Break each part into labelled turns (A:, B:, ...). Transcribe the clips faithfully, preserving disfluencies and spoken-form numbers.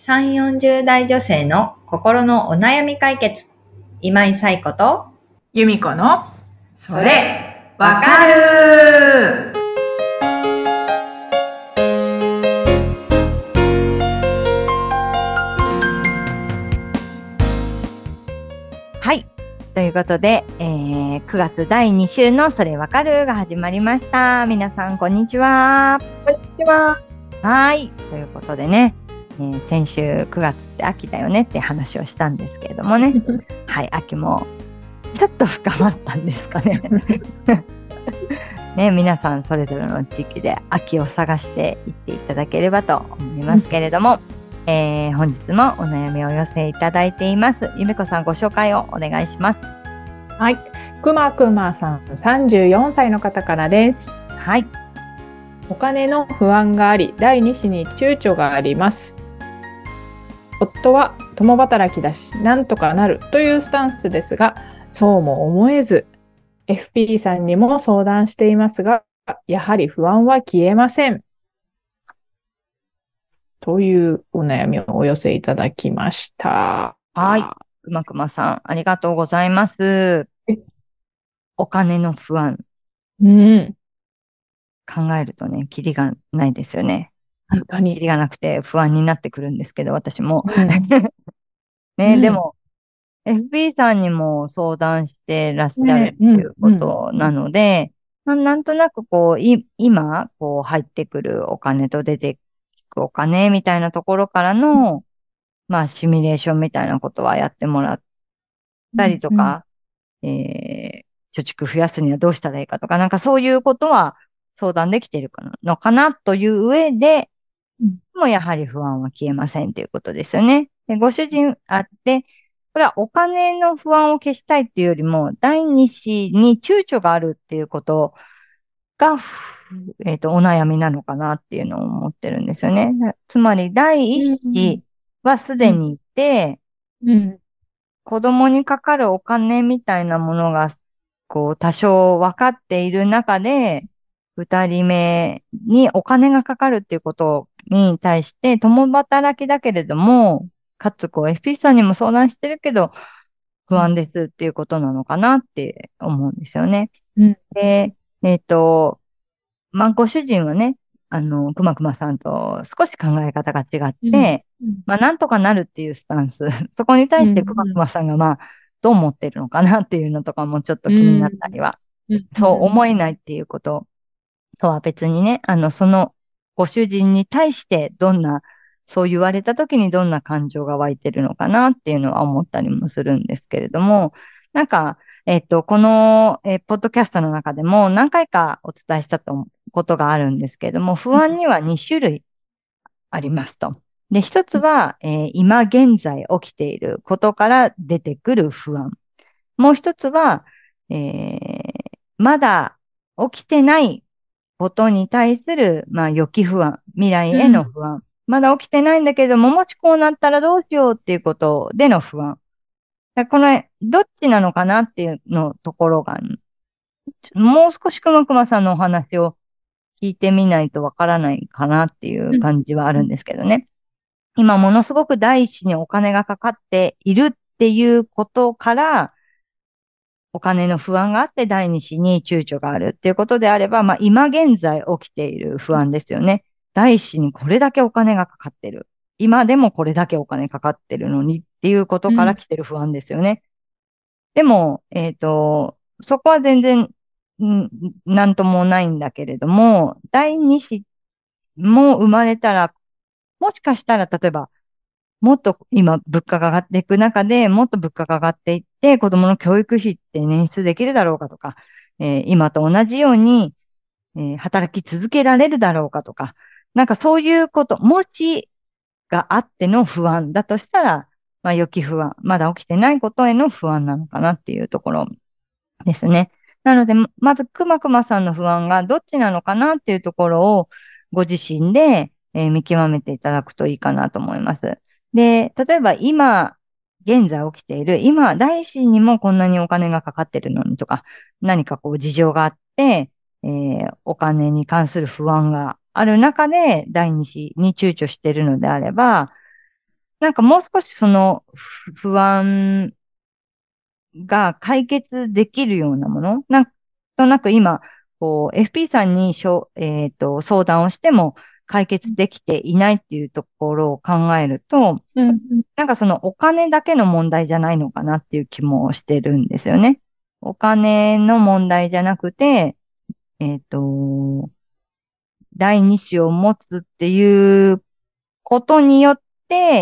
A: さん、よんじゅう代女性の心のお悩み解決。今井冴子と、
B: 由美子のそれわかる。
C: はい。ということで、えー、くがつだいに週のそれわかるが始まりました。皆さん、こんにちは。
B: こんにちは。
C: はい。ということでね、えー、先週くがつって秋だよねって話をしたんですけれどもね。はい。秋もちょっと深まったんですかね。ね、皆さんそれぞれの時期で秋を探していっていただければと思いますけれども、えー、本日もお悩みをお寄せいただいています。ゆめこさん、ご紹介をお願いします。
B: はい。くまくまさん、さんじゅうよんさいの方からです。
C: はい。
B: お金の不安があり、第二子に躊躇があります。夫は共働きだし、なんとかなるというスタンスですが、そうも思えず、エフピー さんにも相談していますが、やはり不安は消えません。というお悩みをお寄せいただきました。
C: はい。くまくまさん、ありがとうございます。お金の不安。
B: うん。
C: 考えるとね、キリがないですよね。
B: 本当に。
C: キリがなくて不安になってくるんですけど、私も。
B: うん、
C: ね、でも、エフピー さんにも相談してらっしゃる
B: ね、うん、
C: っていうこ
B: うん。
C: となので、まあ、なんとなくこう、い、今、こう入ってくるお金と出ていくお金みたいなところからの、まあ、シミュレーションみたいなことはやってもらったりと
B: うん、
C: か、えー、貯蓄増やすにはどうしたらいいかとか、なんかそういうことは相談できているかなのかなという上で、
B: うん、
C: もやはり不安は消えませんということですよね。で、ご主人あって、これはお金の不安を消したいっていうよりも、第二子に躊躇があるっていうことが、ふえっと、お悩みなのかなっていうのを思ってるんですよね。つまり、第一
B: うん、
C: 子はす
B: うん、
C: でにいて、
B: うん、
C: 子供にかかるお金みたいなものが、こう、多少分かっている中で、二人目にお金がかかるっていうことに対して、共働きだけれども、かつ、こう、エフピー さんにも相談してるけど、不安ですっていうことなのかなって思うんですよね。
B: うん、
C: で、えっと、まあ、ご主人はね、あの、くまくまさんと少し考え方が違っ
B: うん、
C: て、まあ、なんとかなるっていうスタンス、そこに
B: うん、
C: 対してくまく
B: うん、
C: まさんが、まあ、どう思ってるのかなっていうのとかもちょっと
B: う
C: 気になっ
B: ん、
C: たりは、
B: うん、う
C: そう
B: ん、
C: 思えないっていうこととは別にね、あの、そのご主人に対してどんな、そう言われた時にどんな感情が湧いてるのかなっていうのは思ったりもするんですけれども、なんか、えっと、この、えーポッドキャストの中でも何回かお伝えしたとことがあるんですけれども、不安にはに種類ありますと。で、一つは、えー今現在起きていることから出てくる不安。もう一つは、えーまだ起きてないことに対する、まあ、予期不安、未来への不安。まだ起きてないんだけども、もしこうなったらどうしようっていうことでの不安。だからこの、どっちなのかなっていうのところが、もう少しくまくまさんのお話を聞いてみないとわからないかなっていう感じはあるんですけどね。今ものすごく第一にお金がかかっているっていうことから、お金の不安があって第二子に躊躇があるっていうことであれば、まあ今現在起きている不安ですよね。第一子にこれだけお金がかかってる。今でもこれだけお金かかってるのにっていうことから来てる不安ですよね。でも、えっと、そこは全然、んなんともないんだけれども、第二子も生まれたら、もしかしたら、例えば、もっと今物価が上がっていく中で、もっと物価が上がっていって、子供の教育費って捻出できるだろうかとか、えー今と同じように、えー働き続けられるだろうかとか、なんかそういうこと、もしがあっての不安だとしたら、まあ予期不安、まだ起きてないことへの不安なのかなっていうところですね。なので、ままず、くまくまさんの不安がどっちなのかなっていうところを、ご自身で、えー見極めていただくといいかなと思います。で、例えば今、現在起きている、今、第一にもこんなにお金がかかってるのにとか、何かこう事情があって、えーお金に関する不安がある中で、第二子に躊躇しているのであれば、 なんかもう少しその不不安が解決できるようなもの、なんとなく今、こう、エフピー さんにしょ、えっと、相談をしても解決できていないっていうところを考えると、
B: うん、
C: なんかそのお金だけの問題じゃないのかなっていう気もしてるんですよね。お金の問題じゃなくて、えっと、第二子を持つっていうことによって、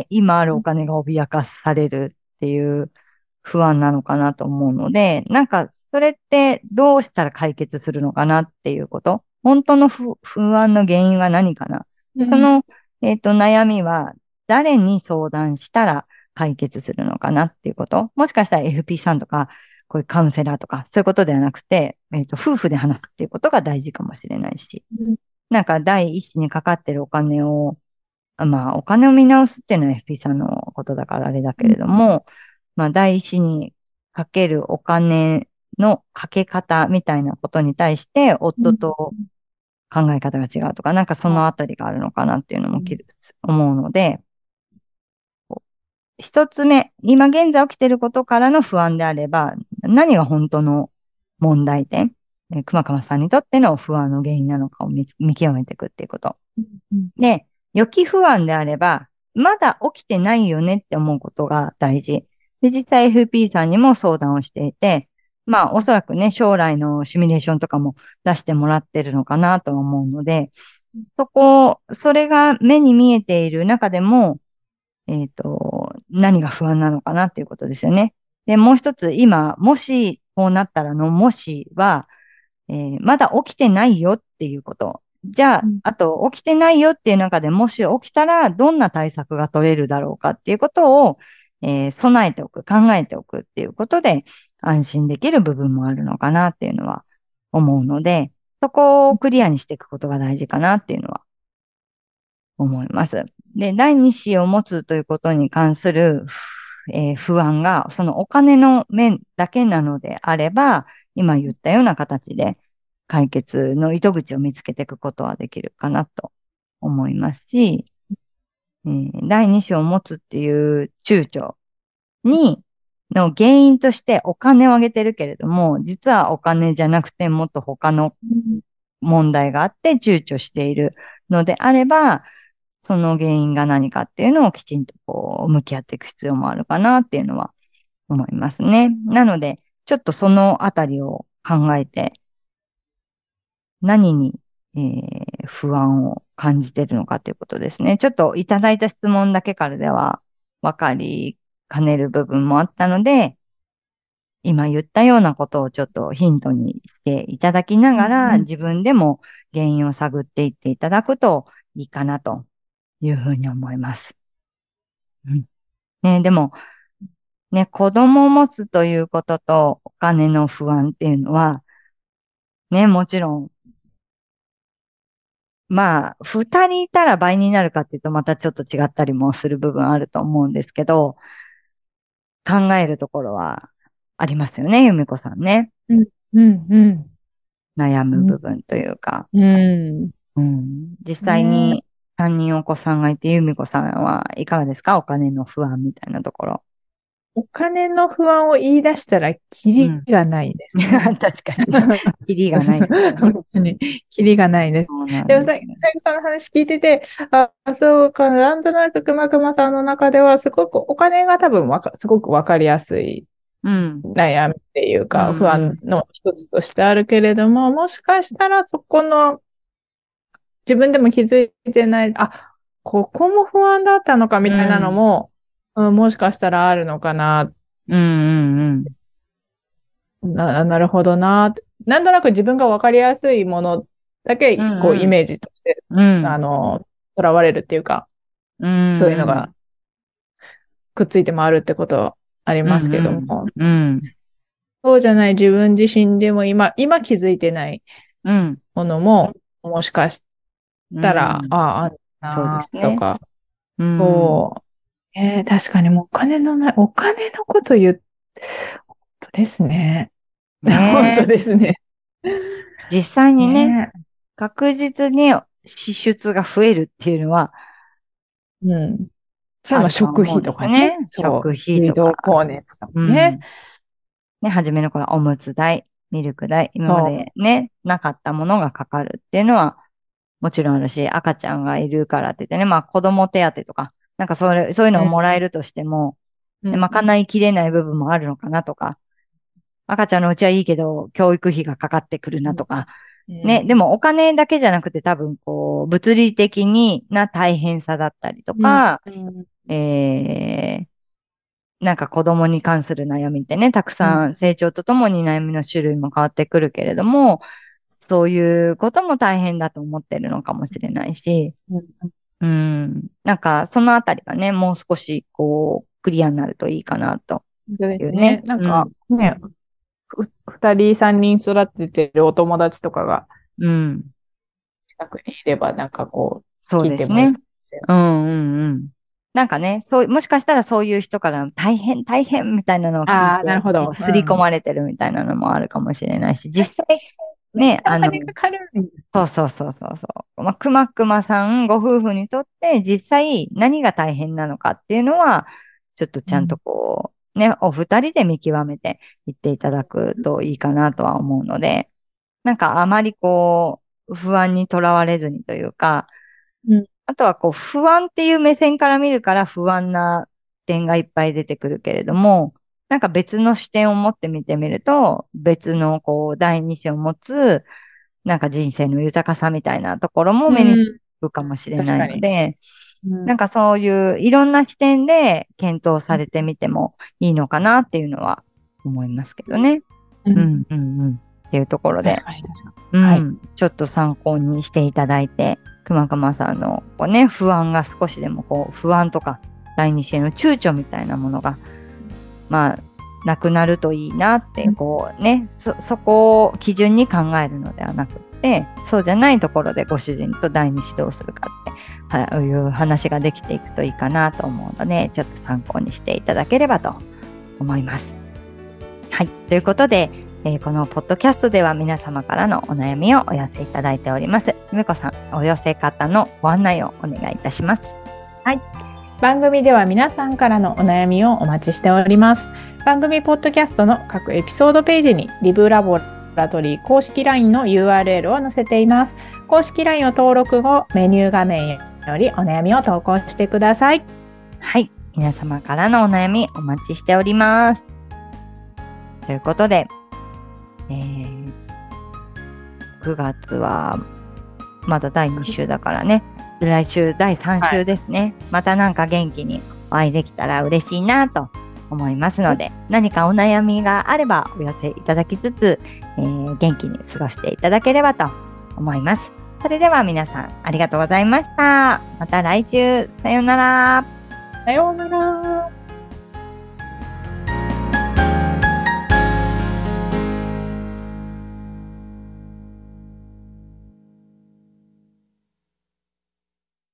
C: 今あるお金が脅かされるっていう不安なのかなと思うので、なんかそれってどうしたら解決するのかなっていうこと。本当の不、不安の原因は何かな。で、そ
B: うん、
C: の、えっと、悩みは誰に相談したら解決するのかなっていうこと。もしかしたら エフピー さんとか、こういうカウンセラーとか、そういうことではなくて、えっと、夫婦で話すっていうことが大事かもしれないし。
B: うん、
C: なんか第一子にかかってるお金を、まあ、お金を見直すっていうのは エフピー さんのことだからあれだけれども、まあ、第一にかけるお金のかけ方みたいなことに対して、
B: うん、
C: 夫と考え方が違うとか、なんかそのあたりがあるのかなっていうのもき思うので、一つ目、今現在起きていることからの不安であれば、何が本当の問題点、えー熊川さんにとっての不安の原因なのかを見つ見極めていくっていうこと。
B: うん、
C: で、予期不安であれば、まだ起きてないよねって思うことが大事。で、実際 エフピー さんにも相談をしていて、まあ、おそらくね、将来のシミュレーションとかも出してもらってるのかなとは思うので、そこ、それが目に見えている中でも、えっと、何が不安なのかなっていうことですよね。で、もう一つ、今、もしこうなったらの、もしは、えーまだ起きてないよっていうこと。じゃあ、
B: うん、
C: あと、起きてないよっていう中でもし起きたら、どんな対策が取れるだろうかっていうことを、えー備えておく、考えておくっていうことで、安心できる部分もあるのかなっていうのは思うので、そこをクリアにしていくことが大事かなっていうのは思います。で、第二子を持つということに関する、えー不安が、そのお金の面だけなのであれば、今言ったような形で解決の糸口を見つけていくことはできるかなと思いますし、えー第二子を持つっていう躊躇に、の原因としてお金をあげてるけれども、実はお金じゃなくてもっと他の問題があって躊躇しているのであれば、その原因が何かっていうのをきちんとこう向き合っていく必要もあるかなっていうのは思いますね。なので、ちょっとそのあたりを考えて、何に、えー不安を感じているのかということですね。ちょっといただいた質問だけからでは分かりかねる部分もあったので、今言ったようなことをちょっとヒントにしていただきな
B: うん、う
C: がら、
B: ん、
C: 自分でも原因を探っていっていただくといいかなというふうに思います。うん、ね、でも、ね、子供を持つということとお金の不安っていうのは、ね、もちろん、まあ、二人いたら倍になるかっていうとまたちょっと違ったりもする部分あると思うんですけど、考えるところはありますよね、由美子さんね。
B: うん、うん、うん、
C: 悩
B: うん、
C: む部分というか。
B: うん、
C: うん、実際
B: ね、
C: にさんにんお子さんがいて、由美子さんはいかがですか？お金の不安みたいなところ。
B: お金の不安を言い出したら、キリ
C: うん。
B: がないですね。
C: 確かにね。キリがないですよね。
B: 本当に、キリがないです。
C: そうな
B: でもさ、
C: んですね。
B: 最後さんの話聞いてて、あ、そうか、なんとなくくまくまさんの中では、すごくお金が多分わか、すごくわかりやすい
C: うん。
B: 悩みっていう
C: う
B: か、不安
C: ん。
B: の一つとしてあるけれども、もしかしたらそこの自分でも気づいてない、あ、ここも不安だったのか
C: う
B: みたいなの
C: ん。
B: も、うん、もしかしたらあるのかな、
C: うん。うん。
B: な、なるほどな。なんとなく自分がわかりやすいものだ
C: う
B: け、こう、イ
C: ん。
B: メージとして、
C: うん。
B: あの、囚われるっていうか、
C: うん。
B: そういうのがくっついて回るってことあり
C: うん。
B: ますけど
C: うん。
B: も、
C: うん。
B: そうじゃない自分自身でも今、今気づいてない
C: うん。
B: ものも、もしかしたら、あ
C: うん。
B: あ、ある
C: そうで
B: な
C: すね。
B: とか、
C: うん。
B: そう、えー確かにもうお金のない、お金のこと言う、本当ですね。本当
C: ねえ。
B: ですね。
C: 実際にね、
B: ね
C: 確実に支出が増えるっていうのは、
B: え。うん。 それも食費とかね。そう。
C: 食費
B: 水道
C: とか。
B: 光熱とか
C: うん
B: ね。
C: ね、初めの頃はおむつ代、ミルク代、今までね、なかったものがかかるっていうのはもちろんあるし、赤ちゃんがいるからって言ってね、まあ子供手当とか、なんかそれ、そういうのをもらえるとしても、
B: うん
C: で賄いきれない部分もあるのかなとか、赤ちゃんのうちはいいけど、教育費がかかってくるなとか、ね、でもお金だけじゃなくて多分こう、物理的にな大変さだったりとか、
B: うん
C: えー、なんか子供に関する悩みってね、たくさ
B: うん
C: ん成長とともに悩みの種類も変わってくるけれども、そういうことも大変だと思ってるのかもしれないし、
B: うん
C: うん、なんかそのあたりがね、もう少しこう、クリアになるといいかなと
B: 本当です
C: いうね。
B: ね。なんかね、ふ二人三人育ててるお友達とかが
C: うん、うん、
B: 近くにいれば、なんかこう、
C: そう
B: 聞いてもいい
C: ですね。
B: かもしれない。
C: うんうんうん。なんかね、そう、もしかしたらそういう人から大変大変みたいなのを聞い
B: ああ、なる
C: て、
B: ほど。
C: こう刷り込
B: うん。
C: まれてるみたいなのもあるかもしれないし、実際
B: めっち
C: ね、あの、
B: ゃお金かかるんです。
C: そうそうそうそうそう。まあ、くまくまさんご夫婦にとって実際何が大変なのかっていうのは、ちょっとちゃんとこう、ね、お二人で見極めていっていただくといいかなとは思うので、なんかあまりこう、不安にとらわれずにというか、
B: うん。
C: あとはこう、不安っていう目線から見るから不安な点がいっぱい出てくるけれども、なんか別の視点を持って見てみると、別のこう、第二子を持つ、なんか人生の豊かさみたいなところも
B: う
C: 目につ
B: ん。
C: くかもしれない
B: 確かに。
C: ので、
B: うん。
C: なんかそういういろんな視点で検討されてみてもいいのかなっていうのは思いますけどね。
B: うん。
C: うんうんうん。っていうところで、
B: 確かに、確か
C: う
B: に。はい。
C: ん、ちょっと参考にしていただいて、くまくまさんのこうね、不安が少しでもこう、不安とか、第二子への躊躇みたいなものが、まあ、なくなるといいなって、こうね、そ、そこを基準に考えるのではなくって、そうじゃないところでご主人と第二子どうするかって、はい、いう話ができていくといいかなと思うので、ちょっと参考にしていただければと思います。はい。ということで、えーこのポッドキャストでは皆様からのお悩みをお寄せいただいております。ゆめこさん、お寄せ方のご案内をお願いいたします。
B: 番組では皆さんからのお悩みをお待ちしております。番組ポッドキャストの各エピソードページにリブラボラトリー公式 ライン の ユーアールエル を載せています。公式 ライン を登録後、メニュー画面よりお悩みを投稿してください。
C: はい。皆様からのお悩みお待ちしております。ということで、えー、くがつはまだだいに週だからね、来週だいさん週ですね。またなんか元気にお会いできたら嬉しいなと思いますので、何かお悩みがあればお寄せいただきつつ、えー元気に過ごしていただければと思います。それでは皆さんありがとうございました。また来週、さようなら。
B: さようなら。